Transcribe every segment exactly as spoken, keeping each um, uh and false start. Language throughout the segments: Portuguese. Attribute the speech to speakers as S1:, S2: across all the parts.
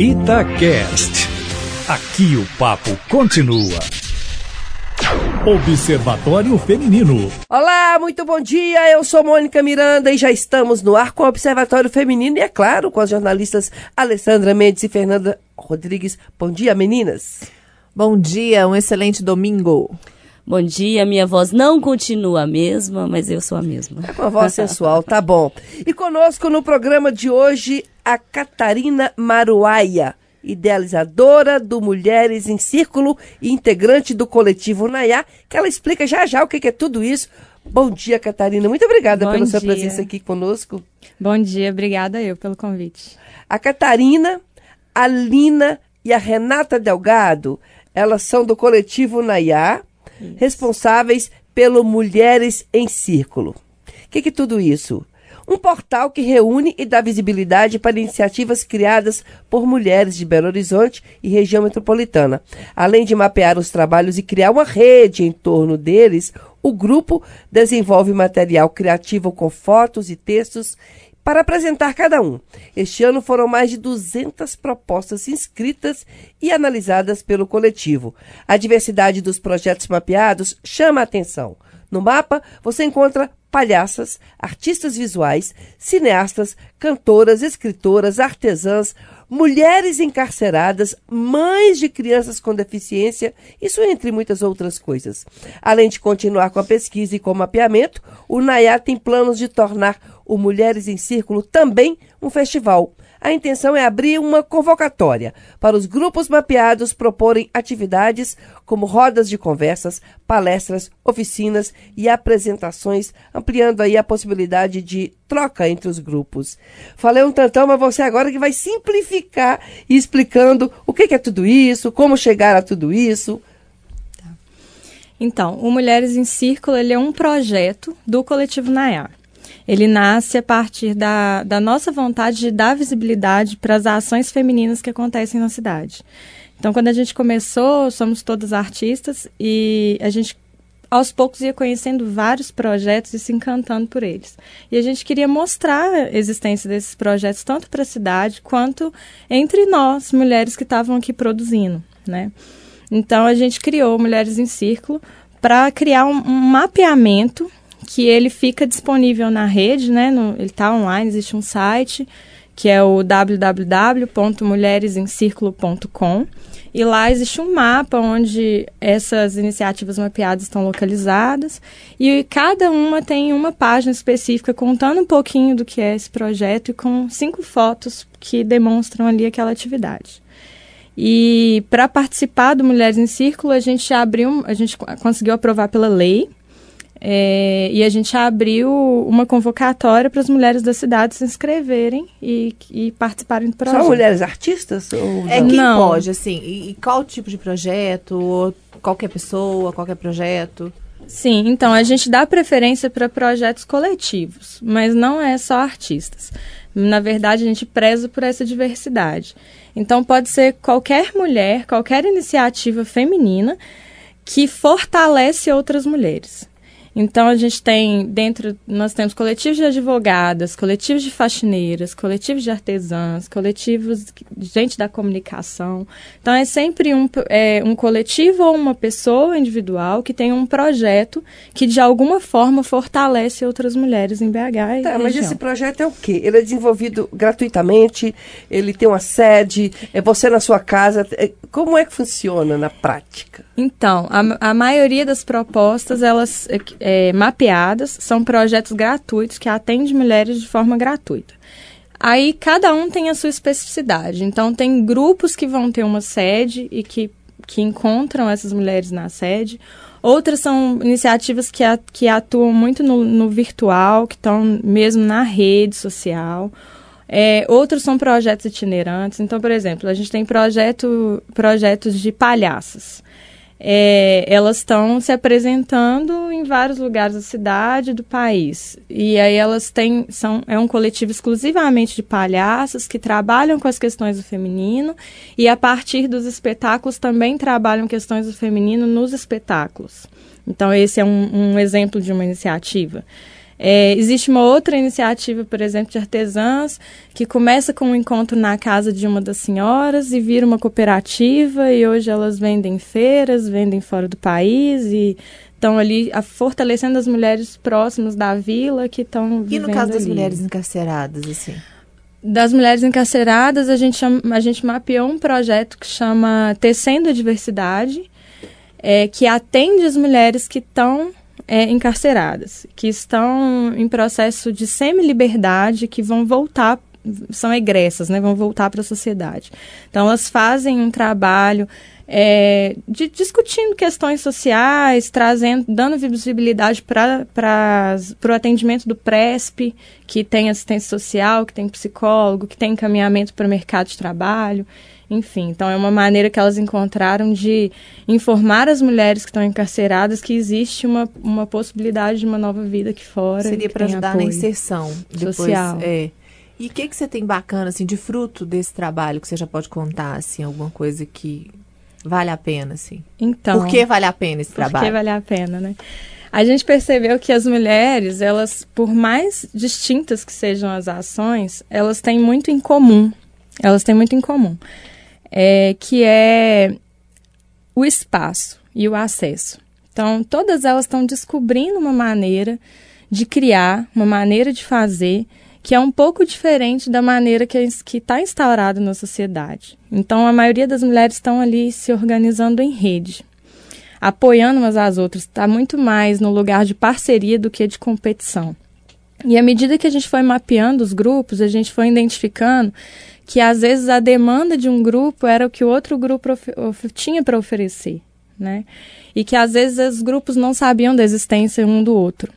S1: Itacast. Aqui o papo continua. Observatório Feminino.
S2: Olá, muito bom dia, eu sou Mônica Miranda e já estamos no ar com o Observatório Feminino e, é claro, com as jornalistas Alessandra Mendes e Fernanda Rodrigues. Bom dia, meninas.
S3: Bom dia, um excelente domingo.
S4: Bom dia, minha voz não continua a mesma, mas eu sou a mesma.
S2: É com a voz sensual, tá bom. E conosco no programa de hoje, a Catarina Maruaia, idealizadora do Mulheres em Círculo e integrante do coletivo Nayá, que ela explica já já o que é tudo isso. Bom dia, Catarina. Muito obrigada
S5: Bom
S2: pela sua
S5: dia.
S2: presença aqui conosco.
S5: Bom dia, obrigada eu pelo convite.
S2: A Catarina, a Lina e a Renata Delgado, elas são do coletivo Nayá, isso, responsáveis pelo Mulheres em Círculo. O que é tudo isso? Um portal que reúne e dá visibilidade para iniciativas criadas por mulheres de Belo Horizonte e região metropolitana. Além de mapear os trabalhos e criar uma rede em torno deles, o grupo desenvolve material criativo com fotos e textos para apresentar cada um. Este ano foram mais de duzentas propostas inscritas e analisadas pelo coletivo. A diversidade dos projetos mapeados chama a atenção. No mapa, você encontra palhaças, artistas visuais, cineastas, cantoras, escritoras, artesãs, mulheres encarceradas, mães de crianças com deficiência, isso entre muitas outras coisas. Além de continuar com a pesquisa e com o mapeamento, o Nayá tem planos de tornar o Mulheres em Círculo também um festival. A intenção é abrir uma convocatória para os grupos mapeados proporem atividades como rodas de conversas, palestras, oficinas e apresentações, ampliando aí a possibilidade de troca entre os grupos. Falei um tantão, mas você agora que vai simplificar e explicando o que é tudo isso, como chegar a tudo isso.
S5: Então, o Mulheres em Círculo ele é um projeto do coletivo Nayá. Ele nasce a partir da, da nossa vontade de dar visibilidade para as ações femininas que acontecem na cidade. Então, quando a gente começou, somos todas artistas e a gente, aos poucos, ia conhecendo vários projetos e se encantando por eles. E a gente queria mostrar a existência desses projetos tanto para a cidade quanto entre nós, mulheres que estavam aqui produzindo, né? Então, a gente criou Mulheres em Círculo para criar um, um mapeamento que ele fica disponível na rede, né? No, ele está online, existe um site, que é o w w w ponto mulheres em círculo ponto com, e lá existe um mapa onde essas iniciativas mapeadas estão localizadas, e cada uma tem uma página específica contando um pouquinho do que é esse projeto e com cinco fotos que demonstram ali aquela atividade. E para participar do Mulheres em Círculo, a gente abriu, a gente conseguiu aprovar pela lei. É, e a gente abriu uma convocatória para as mulheres da cidade se inscreverem e, e participarem do projeto.
S2: São mulheres artistas? Ou
S3: é quem
S5: não.
S3: pode, assim, e, e qual tipo de projeto? Qualquer pessoa, qualquer projeto?
S5: Sim, então a gente dá preferência para projetos coletivos, mas não é só artistas. Na verdade, a gente preza por essa diversidade. Então pode ser qualquer mulher, qualquer iniciativa feminina que fortalece outras mulheres. Então, a gente tem, dentro, nós temos coletivos de advogadas, coletivos de faxineiras, coletivos de artesãs, coletivos de gente da comunicação. Então, é sempre um, é, um coletivo ou uma pessoa individual que tem um projeto que, de alguma forma, fortalece outras mulheres em B H e
S2: Tá,
S5: região.
S2: mas esse projeto é o quê? Ele é desenvolvido gratuitamente? Ele tem uma sede? É você na sua casa? É, como é que funciona na prática?
S5: Então, a, a maioria das propostas, elas é, mapeadas, são projetos gratuitos que atendem mulheres de forma gratuita. Aí, cada um tem a sua especificidade. Então, tem grupos que vão ter uma sede e que, que encontram essas mulheres na sede. Outras são iniciativas que, a, que atuam muito no, no virtual, que estão mesmo na rede social. É, outros são projetos itinerantes. Então, por exemplo, a gente tem projeto, projetos de palhaças. É, elas estão se apresentando em vários lugares da cidade, do país. E aí elas têm, são, é um coletivo exclusivamente de palhaças que trabalham com as questões do feminino e a partir dos espetáculos também trabalham questões do feminino nos espetáculos. Então esse é um, um exemplo de uma iniciativa. É, existe uma outra iniciativa, por exemplo, de artesãs, que começa com um encontro na casa de uma das senhoras e vira uma cooperativa, e hoje elas vendem feiras, vendem fora do país e estão ali a, fortalecendo as mulheres próximas da vila que estão vivendo.
S6: E no caso das
S5: ali.
S6: mulheres encarceradas, assim?
S5: Das mulheres encarceradas, a gente, chama, a gente mapeou um projeto que chama Tecendo a Diversidade, é, que atende as mulheres que estão é, encarceradas, que estão em processo de semi-liberdade, que vão voltar, são egressas, né, vão voltar para a sociedade. Então, elas fazem um trabalho é, de, discutindo questões sociais, trazendo, dando visibilidade para o atendimento do PRESP, que tem assistência social, que tem psicólogo, que tem encaminhamento para o mercado de trabalho, enfim. Então, é uma maneira que elas encontraram de informar as mulheres que estão encarceradas que existe uma, uma possibilidade de uma nova vida aqui fora.
S6: Seria para ajudar na inserção depois,
S5: social.
S6: É. E o que, que você tem bacana, assim, de fruto desse trabalho que você já pode contar, assim, alguma coisa que vale a pena, assim?
S5: Então,
S6: por que vale a pena esse
S5: por
S6: trabalho?
S5: Por que vale a pena, né? A gente percebeu que as mulheres, elas, por mais distintas que sejam as ações, elas têm muito em comum. Elas têm muito em comum. É, que é o espaço e o acesso. Então, todas elas estão descobrindo uma maneira de criar, uma maneira de fazer, que é um pouco diferente da maneira que está instaurada na sociedade. Então, a maioria das mulheres estão ali se organizando em rede, apoiando umas às outras, está muito mais no lugar de parceria do que de competição. E à medida que a gente foi mapeando os grupos, a gente foi identificando que às vezes a demanda de um grupo era o que o outro grupo of- of- tinha para oferecer, né? E que às vezes os grupos não sabiam da existência um do outro.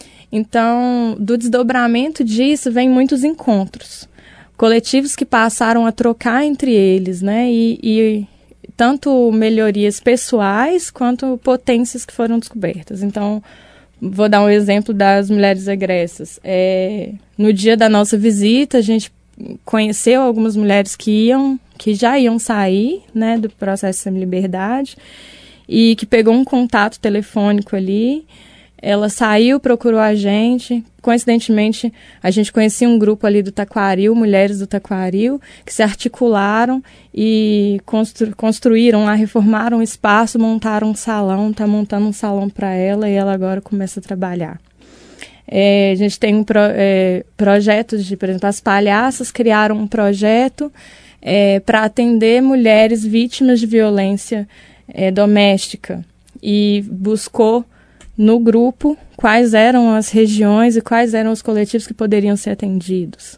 S5: Então, do desdobramento disso, vem muitos encontros. Coletivos que passaram a trocar entre eles, né? E, e tanto melhorias pessoais quanto potências que foram descobertas. Então, vou dar um exemplo das mulheres egressas. É, no dia da nossa visita, a gente conheceu algumas mulheres que iam, que já iam sair, né, do processo de semi-liberdade e que pegou um contato telefônico ali. Ela saiu, procurou a gente. Coincidentemente, a gente conhecia um grupo ali do Taquaril, mulheres do Taquaril, que se articularam e constru- construíram lá, reformaram um espaço, montaram um salão, está montando um salão para ela e ela agora começa a trabalhar. É, a gente tem um pro, é, projetos de, por exemplo, as palhaças criaram um projeto é, para atender mulheres vítimas de violência é, doméstica e buscou no grupo quais eram as regiões e quais eram os coletivos que poderiam ser atendidos.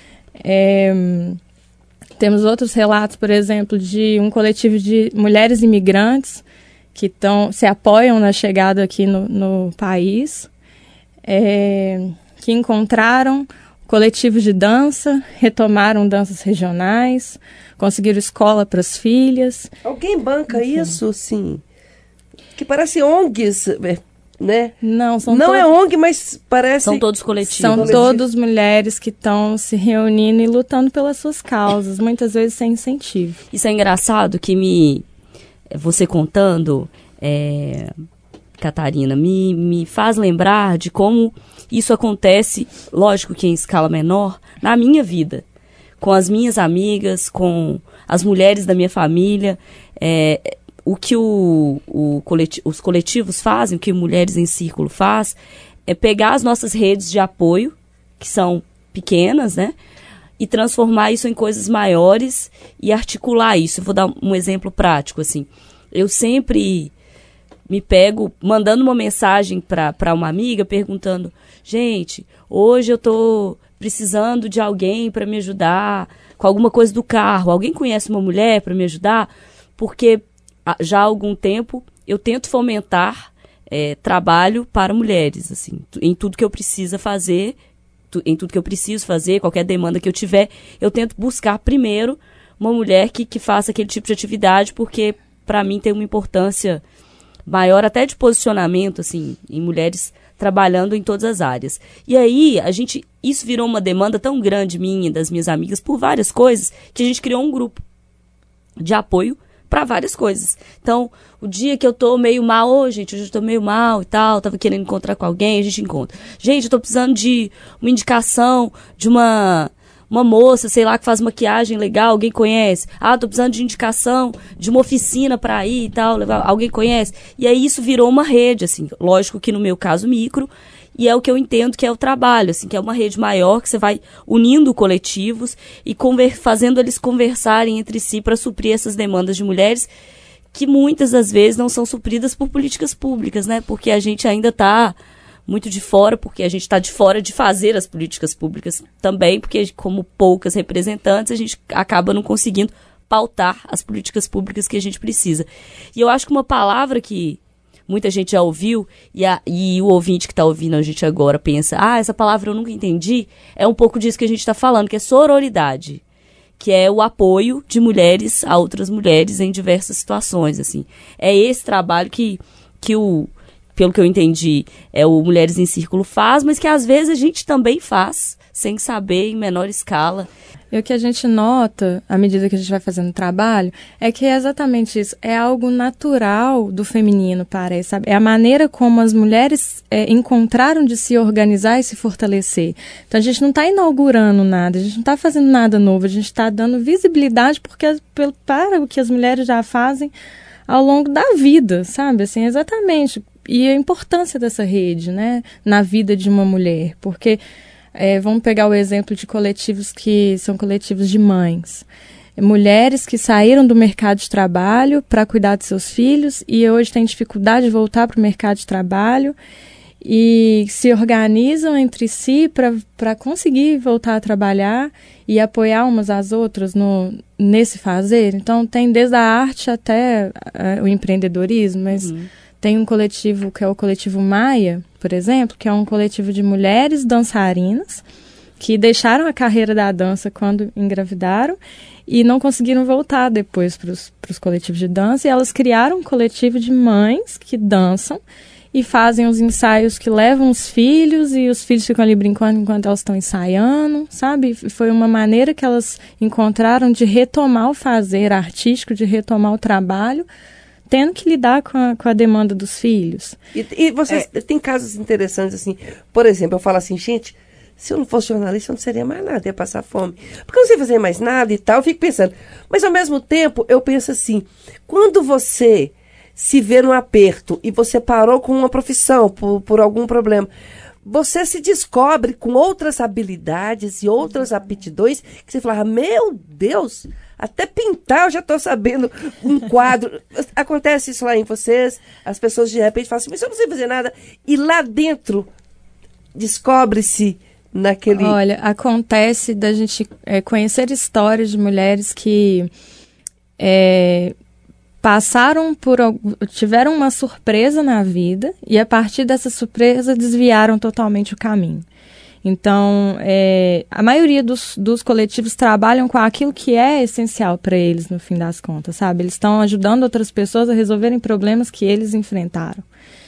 S5: É, temos outros relatos, por exemplo, de um coletivo de mulheres imigrantes que tão, se apoiam na chegada aqui no, no país, é, que encontraram coletivos de dança, retomaram danças regionais, conseguiram escola para as filhas.
S2: Alguém banca
S5: Enfim.
S2: isso, sim? Que parece O N Gs, né?
S5: Não, são
S2: Não
S5: to-
S2: é O N G, mas parece...
S4: São todos coletivos.
S5: São
S2: Coletivo.
S5: todas mulheres que estão se reunindo e lutando pelas suas causas, muitas vezes sem incentivo.
S4: Isso é engraçado que me... Você contando, é, Catarina, me, me faz lembrar de como isso acontece, lógico que em escala menor, na minha vida. Com as minhas amigas, com as mulheres da minha família. É, o que o, o coleti- os coletivos fazem, o que Mulheres em Círculo faz, é pegar as nossas redes de apoio, que são pequenas, né? E transformar isso em coisas maiores e articular isso. Eu vou dar um exemplo prático, assim. Eu sempre me pego mandando uma mensagem para uma amiga perguntando: gente, hoje eu tô precisando de alguém para me ajudar com alguma coisa do carro. Alguém conhece uma mulher para me ajudar? Porque já há algum tempo eu tento fomentar é, trabalho para mulheres, assim, em tudo que eu preciso fazer, tu, em tudo que eu preciso fazer, qualquer demanda que eu tiver, eu tento buscar primeiro uma mulher que, que faça aquele tipo de atividade, porque para mim tem uma importância maior até de posicionamento, assim, em mulheres trabalhando em todas as áreas. E aí, a gente, isso virou uma demanda tão grande minha, das minhas amigas, por várias coisas, que a gente criou um grupo de apoio para várias coisas. Então, o dia que eu tô meio mal, ô, gente, hoje eu tô meio mal e tal, tava querendo encontrar com alguém, a gente encontra. Gente, eu tô precisando de uma indicação de uma, uma moça, sei lá, que faz maquiagem legal, alguém conhece? Ah, tô precisando de indicação de uma oficina pra ir e tal, levar, alguém conhece? E aí isso virou uma rede, assim, lógico que no meu caso micro, e é o que eu entendo que é o trabalho, assim, que é uma rede maior, que você vai unindo coletivos e conver- fazendo eles conversarem entre si para suprir essas demandas de mulheres que muitas das vezes não são supridas por políticas públicas, né? Porque a gente ainda está muito de fora, porque a gente está de fora de fazer as políticas públicas também, porque como poucas representantes, a gente acaba não conseguindo pautar as políticas públicas que a gente precisa. E eu acho que uma palavra que muita gente já ouviu, e, a, e o ouvinte que está ouvindo a gente agora pensa, ah, essa palavra eu nunca entendi, é um pouco disso que a gente está falando, que é sororidade, que é o apoio de mulheres a outras mulheres em diversas situações, assim. É esse trabalho que, que o, pelo que eu entendi, é o Mulheres em Círculo faz, mas que às vezes a gente também faz, sem saber, em menor escala.
S5: E o que a gente nota, à medida que a gente vai fazendo o trabalho, é que é exatamente isso. É algo natural do feminino, parece, sabe? É a maneira como as mulheres é, encontraram de se organizar e se fortalecer. Então, a gente não está inaugurando nada, a gente não está fazendo nada novo, a gente está dando visibilidade porque, para o que as mulheres já fazem ao longo da vida, sabe? Assim, exatamente. E a importância dessa rede, né, na vida de uma mulher, porque... É, vamos pegar o exemplo de coletivos que são coletivos de mães. Mulheres que saíram do mercado de trabalho para cuidar de seus filhos e hoje têm dificuldade de voltar para o mercado de trabalho e se organizam entre si para conseguir voltar a trabalhar e apoiar umas às outras no, nesse fazer. Então, tem desde a arte até uh, o empreendedorismo, mas... Uhum. Tem um coletivo que é o coletivo Maia, por exemplo, que é um coletivo de mulheres dançarinas que deixaram a carreira da dança quando engravidaram e não conseguiram voltar depois para os coletivos de dança. E elas criaram um coletivo de mães que dançam e fazem os ensaios que levam os filhos e os filhos ficam ali brincando enquanto elas estão ensaiando, sabe? Foi uma maneira que elas encontraram de retomar o fazer artístico, de retomar o trabalho, tendo que lidar com a, com a demanda dos filhos.
S2: E, e vocês é. Tem casos interessantes, assim, por exemplo, eu falo assim, gente, se eu não fosse jornalista, eu não seria mais nada, ia passar fome. Porque eu não sei fazer mais nada e tal, eu fico pensando. Mas, ao mesmo tempo, eu penso assim, quando você se vê num aperto e você parou com uma profissão por, por algum problema, você se descobre com outras habilidades e outras aptidões que você fala, meu Deus, até pintar eu já estou sabendo um quadro. Acontece isso lá em vocês, as pessoas de repente falam assim, mas eu não sei fazer nada. E lá dentro descobre-se naquele...
S5: Olha, acontece da gente é, conhecer histórias de mulheres que é, passaram por... tiveram uma surpresa na vida e a partir dessa surpresa desviaram totalmente o caminho. Então, é, a maioria dos, dos coletivos trabalham com aquilo que é essencial para eles, no fim das contas, sabe? Eles estão ajudando outras pessoas a resolverem problemas que eles enfrentaram.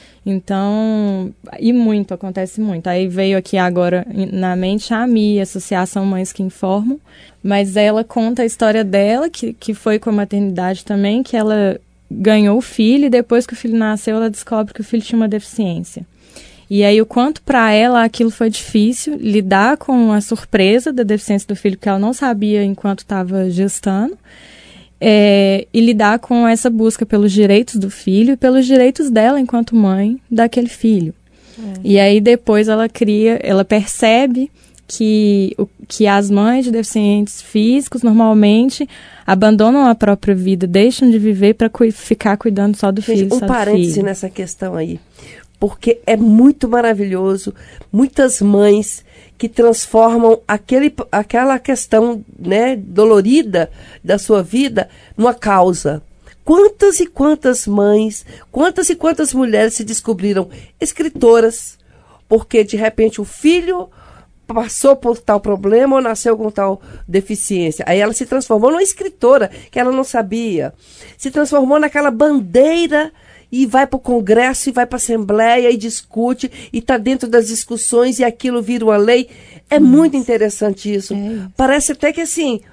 S5: Então, e muito, acontece muito. Aí veio aqui agora na mente a AMI, Associação Mães que Informam, mas ela conta a história dela, que, que foi com a maternidade também, que ela ganhou o filho e depois que o filho nasceu, ela descobre que o filho tinha uma deficiência. E aí, o quanto para ela aquilo foi difícil, lidar com a surpresa da deficiência do filho, que ela não sabia enquanto estava gestando, é, e lidar com essa busca pelos direitos do filho e pelos direitos dela enquanto mãe daquele filho. É. E aí, depois, ela cria, ela percebe que, o, que as mães de deficientes físicos, normalmente, abandonam a própria vida, deixam de viver para cu- ficar cuidando só do filho,
S2: um
S5: só
S2: parêntese
S5: do filho.
S2: Nessa questão aí. Porque é muito maravilhoso, muitas mães que transformam aquele, aquela questão, né, dolorida da sua vida numa causa. Quantas e quantas mães, quantas e quantas mulheres se descobriram escritoras, porque de repente o filho passou por tal problema ou nasceu com tal deficiência. Aí ela se transformou numa escritora que ela não sabia. Se transformou naquela bandeira e vai para o Congresso, e vai para a Assembleia, e discute, e está dentro das discussões, e aquilo vira uma lei. É hum. muito interessante isso. É isso. Parece até que, assim,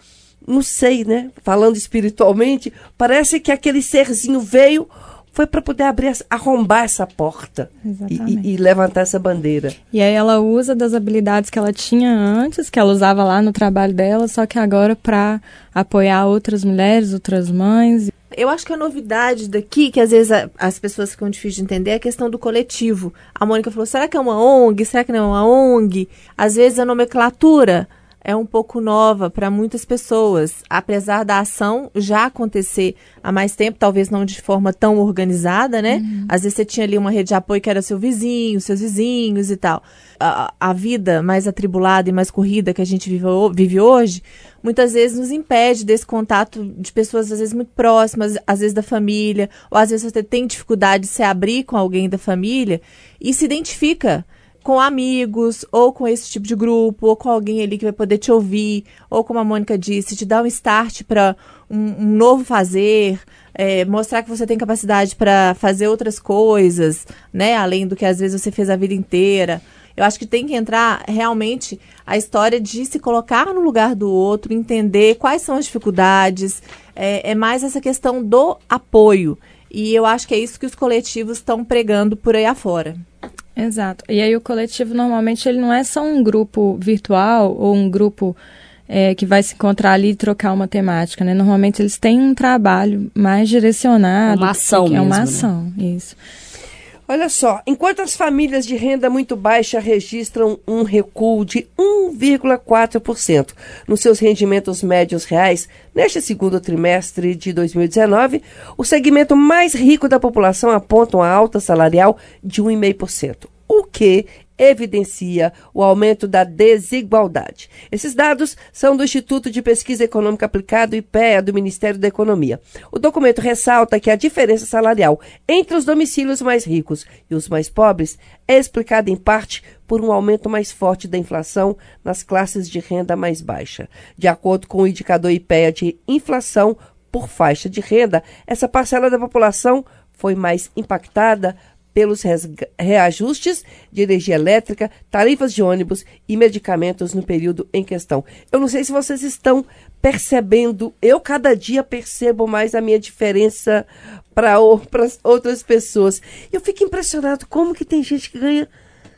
S2: não sei, né? Falando espiritualmente, parece que aquele serzinho veio, foi para poder abrir, essa- arrombar essa porta e, e- e levantar essa bandeira.
S5: E aí ela usa das habilidades que ela tinha antes, que ela usava lá no trabalho dela, só que agora para apoiar outras mulheres, outras mães.
S6: Eu acho que a novidade daqui, que às vezes a- as pessoas ficam difíceis de entender, é a questão do coletivo. A Mônica falou, será que é uma O N G? Será que não é uma O N G? Às vezes a nomenclatura é um pouco nova para muitas pessoas, apesar da ação já acontecer há mais tempo, talvez não de forma tão organizada, né? Uhum. Às vezes você tinha ali uma rede de apoio que era seu vizinho, seus vizinhos e tal. A, a vida mais atribulada e mais corrida que a gente vive, vive hoje, muitas vezes nos impede desse contato de pessoas, às vezes, muito próximas, às vezes da família, ou às vezes você tem dificuldade de se abrir com alguém da família e se identifica com amigos, ou com esse tipo de grupo, ou com alguém ali que vai poder te ouvir, ou como a Mônica disse, te dar um start para um, um novo fazer, é, mostrar que você tem capacidade para fazer outras coisas, né, além do que às vezes você fez a vida inteira. Eu acho que tem que entrar realmente a história de se colocar no lugar do outro, entender quais são as dificuldades, é, é mais essa questão do apoio. E eu acho que é isso que os coletivos estão pregando por aí afora.
S5: Exato. E aí o coletivo, normalmente, ele não é só um grupo virtual ou um grupo é, que vai se encontrar ali e trocar uma temática, né? Normalmente eles têm um trabalho mais direcionado.
S4: Uma ação
S5: que é uma
S4: mesmo,
S5: ação, né? Isso.
S2: Olha só, enquanto as famílias de renda muito baixa registram um recuo de um vírgula quatro por cento nos seus rendimentos médios reais, neste segundo trimestre de dois mil e dezenove, o segmento mais rico da população aponta uma alta salarial de um vírgula cinco por cento, o que evidencia o aumento da desigualdade. Esses dados são do Instituto de Pesquisa Econômica Aplicada, I P E A, do Ministério da Economia. O documento ressalta que a diferença salarial entre os domicílios mais ricos e os mais pobres é explicada em parte por um aumento mais forte da inflação nas classes de renda mais baixa. De acordo com o indicador I P E A de inflação por faixa de renda, essa parcela da população foi mais impactada pelos reajustes de energia elétrica, tarifas de ônibus e medicamentos no período em questão. Eu não sei se vocês estão percebendo, eu cada dia percebo mais a minha diferença para outras pessoas. Eu fico impressionado como que tem gente que ganha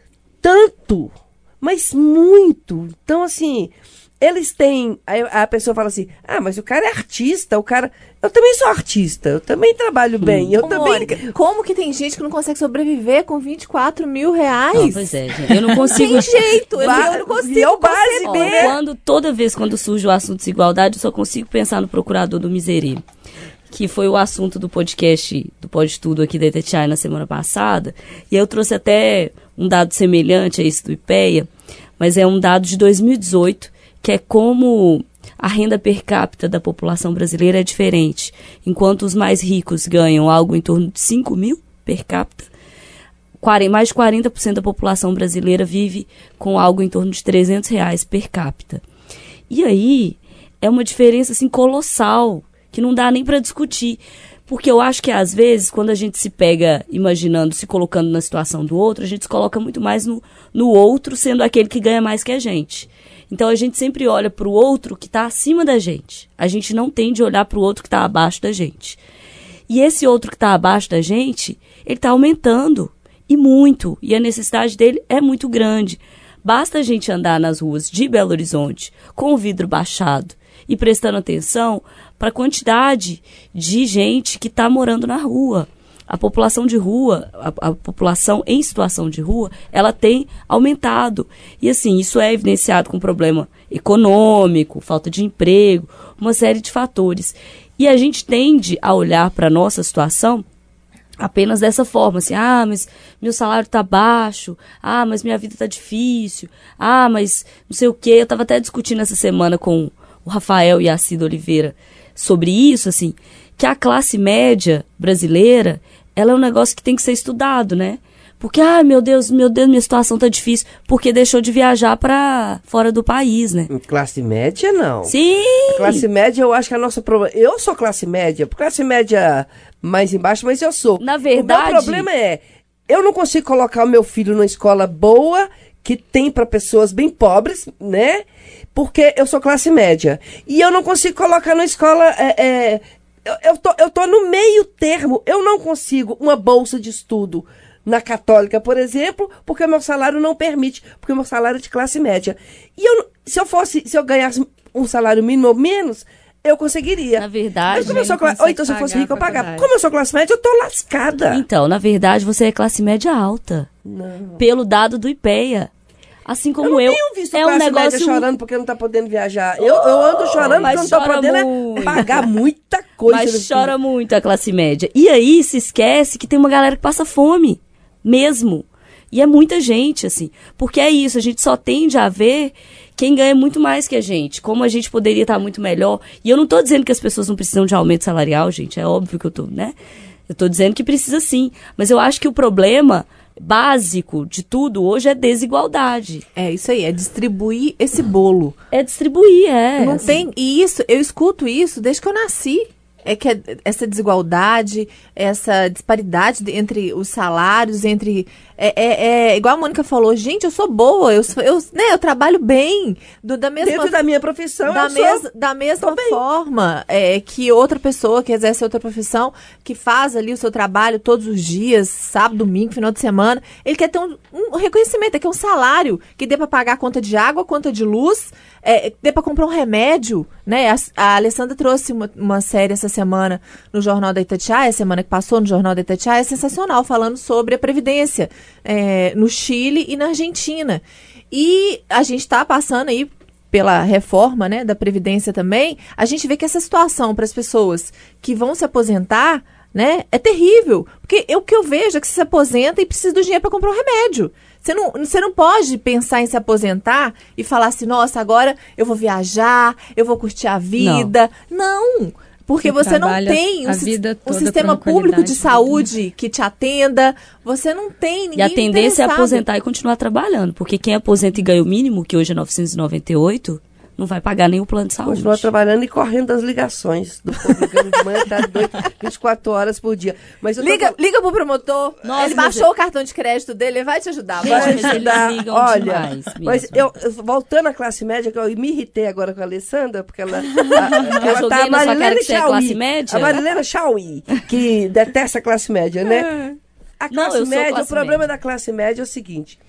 S2: tanto, mas muito. Então, assim, eles têm... Aí a pessoa fala assim, ah, mas o cara é artista, o cara... Eu também sou artista, eu também trabalho bem, eu
S6: Ô,
S2: também...
S6: Mônica, como que tem gente que não consegue sobreviver com vinte e quatro mil reais?
S4: Não, pois é, gente. Eu não consigo...
S6: Tem jeito, eu,
S2: Ba-
S6: eu não consigo
S2: e é o básico,
S6: conceber.
S2: né?
S4: Quando, toda vez quando surge o assunto de desigualdade, eu só consigo pensar no procurador do Miserê, que foi o assunto do podcast, do Pode Tudo aqui da Itatiaia na semana passada, e eu trouxe até um dado semelhante a esse do I P E A, mas é um dado de dois mil e dezoito, que é como a renda per capita da população brasileira é diferente. Enquanto os mais ricos ganham algo em torno de cinco mil per capita, mais de quarenta por cento da população brasileira vive com algo em torno de trezentos reais per capita. E aí é uma diferença assim, colossal, que não dá nem para discutir. Porque eu acho que, às vezes, quando a gente se pega imaginando, se colocando na situação do outro, a gente se coloca muito mais no, no outro, sendo aquele que ganha mais que a gente. Então, a gente sempre olha para o outro que está acima da gente. A gente não tem de olhar para o outro que está abaixo da gente. E esse outro que está abaixo da gente, ele está aumentando, e muito. E a necessidade dele é muito grande. Basta a gente andar nas ruas de Belo Horizonte com o vidro baixado e prestando atenção para a quantidade de gente que está morando na rua. A população de rua, a, a população em situação de rua, ela tem aumentado. E assim, isso é evidenciado com problema econômico, falta de emprego, uma série de fatores. E a gente tende a olhar para a nossa situação apenas dessa forma, assim, ah, mas meu salário está baixo, ah, mas minha vida está difícil, ah, mas não sei o quê. Eu estava até discutindo essa semana com o Rafael e a Cida Oliveira sobre isso, assim, que a classe média brasileira, ela é um negócio que tem que ser estudado, né? Porque, ah, meu Deus, meu Deus, minha situação tá difícil, porque deixou de viajar para fora do país, né?
S2: Classe média, não.
S4: Sim!
S2: A classe média, eu acho que a nossa problema... Eu sou classe média, classe média mais embaixo, mas eu sou.
S4: Na verdade...
S2: O meu problema é, eu não consigo colocar o meu filho numa escola boa, que tem para pessoas bem pobres, né? porque eu sou classe média. E eu não consigo colocar na escola... É, é, eu, eu, tô, eu tô no meio termo. Eu não consigo uma bolsa de estudo na Católica, por exemplo, porque o meu salário não permite, porque o meu salário é de classe média. E eu, se eu fosse, se eu ganhasse um salário mínimo ou menos, eu conseguiria.
S4: Na verdade...
S2: Mas como eu sou classe... Ou então, se eu fosse rica, eu pagava. Como eu sou classe média, eu tô lascada.
S4: Então, na verdade, você é classe média alta.
S2: Não.
S4: Pelo dado do IPEA. Assim como
S2: eu.
S4: eu.
S2: Eu não tenho visto
S4: é
S2: classe
S4: um negócio
S2: média chorando porque não tá podendo viajar. Eu, eu ando chorando porque não tô podendo
S4: muito.
S2: pagar muita coisa.
S4: Mas chora filho. muito a classe média. E aí se esquece que tem uma galera que passa fome. Mesmo. E é muita gente, assim. Porque é isso, a gente só tende a ver quem ganha muito mais que a gente. Como a gente poderia estar muito melhor. E eu não tô dizendo que as pessoas não precisam de aumento salarial, gente. É óbvio que eu tô, né? Eu tô dizendo que precisa sim. Mas eu acho que o problema básico de tudo hoje é desigualdade.
S6: É isso aí, é distribuir esse bolo.
S4: É distribuir, é.
S6: Não
S4: assim.
S6: tem, e isso, eu escuto isso desde que eu nasci. É que é essa desigualdade, essa disparidade de, entre os salários, entre... É, é, é, igual a Mônica falou, gente, eu sou boa, eu, sou, eu, né, eu trabalho bem. Do, da mesma,
S2: Dentro da minha profissão,
S6: da
S2: eu
S6: mes,
S2: sou...
S6: Da mesma forma é, que outra pessoa que exerce outra profissão, que faz ali o seu trabalho todos os dias, sábado, domingo, final de semana, ele quer ter um, um reconhecimento, é que é um salário que dê para pagar a conta de água, a conta de luz, é, dê para comprar um remédio, né? A, a Alessandra trouxe uma, uma série essa semana no Jornal da Itatiaia, a semana que passou no Jornal da Itatiaia, é sensacional, falando sobre a Previdência é, no Chile e na Argentina. E a gente está passando aí pela reforma, né, da Previdência também, a gente vê que essa situação para as pessoas que vão se aposentar, né, é terrível. Porque eu, o que eu vejo é que você se aposenta e precisa do dinheiro para comprar um remédio. Você não, você não pode pensar em se aposentar e falar assim, nossa, agora eu vou viajar, eu vou curtir a vida. Não! não. Porque você, você não tem um, um sistema público de saúde que te atenda, você não tem ninguém
S4: E a tendência é aposentar e continuar trabalhando, porque quem aposenta e ganha o mínimo, que hoje é novecentos e noventa e oito, não vai pagar nem o plano de saúde.
S2: Continua trabalhando e correndo das ligações do povo ligando de manhã, tá doido, vinte e quatro horas por dia. Mas eu tô...
S6: liga, liga pro promotor,
S4: Nossa,
S6: ele baixou
S4: mas...
S6: o cartão de crédito dele, ele vai te ajudar.
S4: Gente,
S6: vai
S4: mas
S2: ajudar.
S4: Eles ligam
S2: Olha,
S4: demais
S2: mas eu, voltando à classe média, que eu me irritei agora com a Alessandra, porque ela, a, ela
S4: eu
S2: tá a Marilena
S4: Chauí, classe média?
S2: a Marilena Chauí, que detesta a classe média, né? A classe
S4: Não,
S2: média,
S4: classe
S2: o problema
S4: média.
S2: da classe média é o seguinte,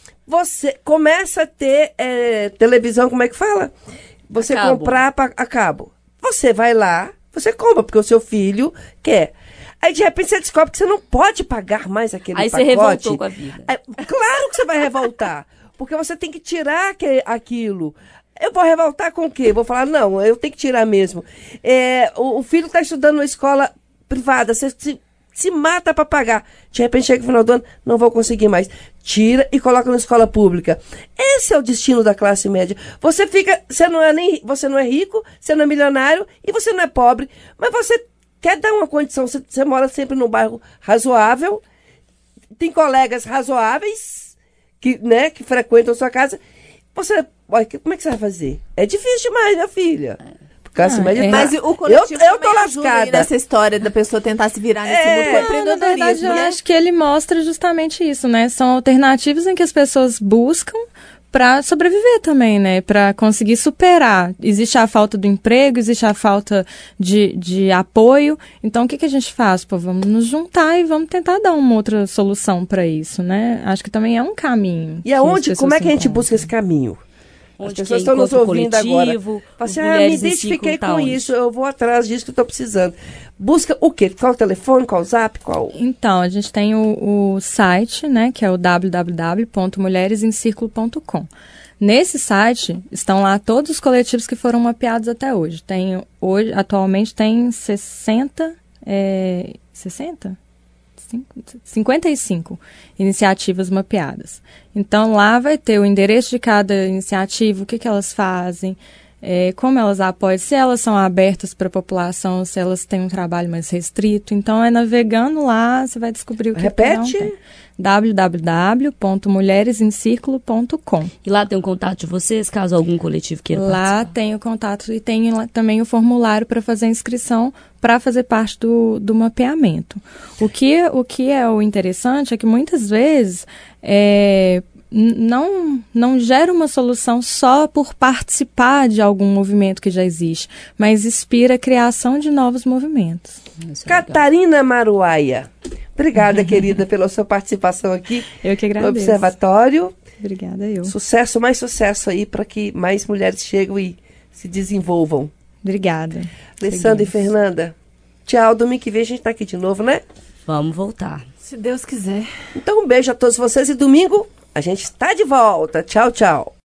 S2: você começa a ter é, televisão, como é que fala? Você
S4: a cabo.
S2: comprar pra, a cabo. Você vai lá, você compra, porque o seu filho quer. Aí, de repente, você descobre que você não pode pagar mais aquele
S4: Aí
S2: pacote.
S4: você revoltou com a vida.
S2: Aí, claro que você vai revoltar. Porque você tem que tirar aquele, aquilo. Eu vou revoltar com o quê? Vou falar, não, eu tenho que tirar mesmo. É, o, o filho está estudando numa escola privada, você se, se mata para pagar. De repente, chega no final do ano, não vou conseguir mais. Tira e coloca na escola pública. Esse é o destino da classe média. Você fica, você não é nem, você não é rico, você não é milionário e você não é pobre, mas você quer dar uma condição, você, você mora sempre num bairro razoável, tem colegas razoáveis que, né, que frequentam a sua casa. Você, olha, como é que você vai fazer? É difícil demais, minha filha. Classe
S5: Ah,
S2: média
S5: é.
S2: tá...
S6: Mas o coletivo
S2: eu, eu tô
S6: também ajuda aí
S2: lascada
S6: nessa história da pessoa tentar se virar nesse
S2: É.
S6: mundo do
S5: Não, na
S6: empreendedorismo.
S5: verdade, eu
S6: né?
S5: acho que ele mostra justamente isso, né? São alternativas em que as pessoas buscam para sobreviver também, né? Para conseguir superar. Existe a falta do emprego, existe a falta de, de apoio. Então, o que, que a gente faz? Pô, vamos nos juntar e vamos tentar dar uma outra solução para isso, né? Acho que também é um caminho.
S2: E aonde, como é que a gente busca esse caminho? As pessoas estão nos ouvindo agora. Fala assim, ah, eu me identifiquei com isso, eu vou atrás disso que eu estou precisando. Busca o quê? Qual o telefone, qual o zap, qual...
S5: Então, a gente tem o, o site, né, que é o w w w ponto mulheres em círculo ponto com. Nesse site estão lá todos os coletivos que foram mapeados até hoje. Tem, hoje atualmente tem sessenta, é, sessenta? cinquenta e cinco iniciativas mapeadas. Então, lá vai ter o endereço de cada iniciativa, o que, que elas fazem, é, como elas apoiam, se elas são abertas para a população, se elas têm um trabalho mais restrito. Então, é navegando lá, você vai descobrir o que
S2: Repete.
S5: que não tem. w w w ponto mulheres em círculo ponto com.
S4: E lá tem um contato de vocês, caso algum coletivo queira
S5: Lá
S4: participar?
S5: tem o contato e tem lá também o formulário para fazer a inscrição para fazer parte do, do mapeamento. O que, o que é o interessante é que muitas vezes é, n- não, não gera uma solução só por participar de algum movimento que já existe, mas inspira a criação de novos movimentos.
S4: Isso é legal.
S2: Catarina Maruaia, obrigada, querida, pela sua participação aqui
S5: Eu que
S2: no
S5: agradeço.
S2: Observatório.
S5: Obrigada, eu.
S2: Sucesso, mais sucesso aí para que mais mulheres cheguem e se desenvolvam.
S5: Obrigada.
S2: Alessandra e
S5: Seguimos.
S2: Fernanda, tchau. Domingo que vem a gente tá aqui de novo, né?
S4: Vamos voltar.
S6: Se Deus quiser.
S2: Então um beijo a todos vocês e domingo a gente está de volta. Tchau, tchau.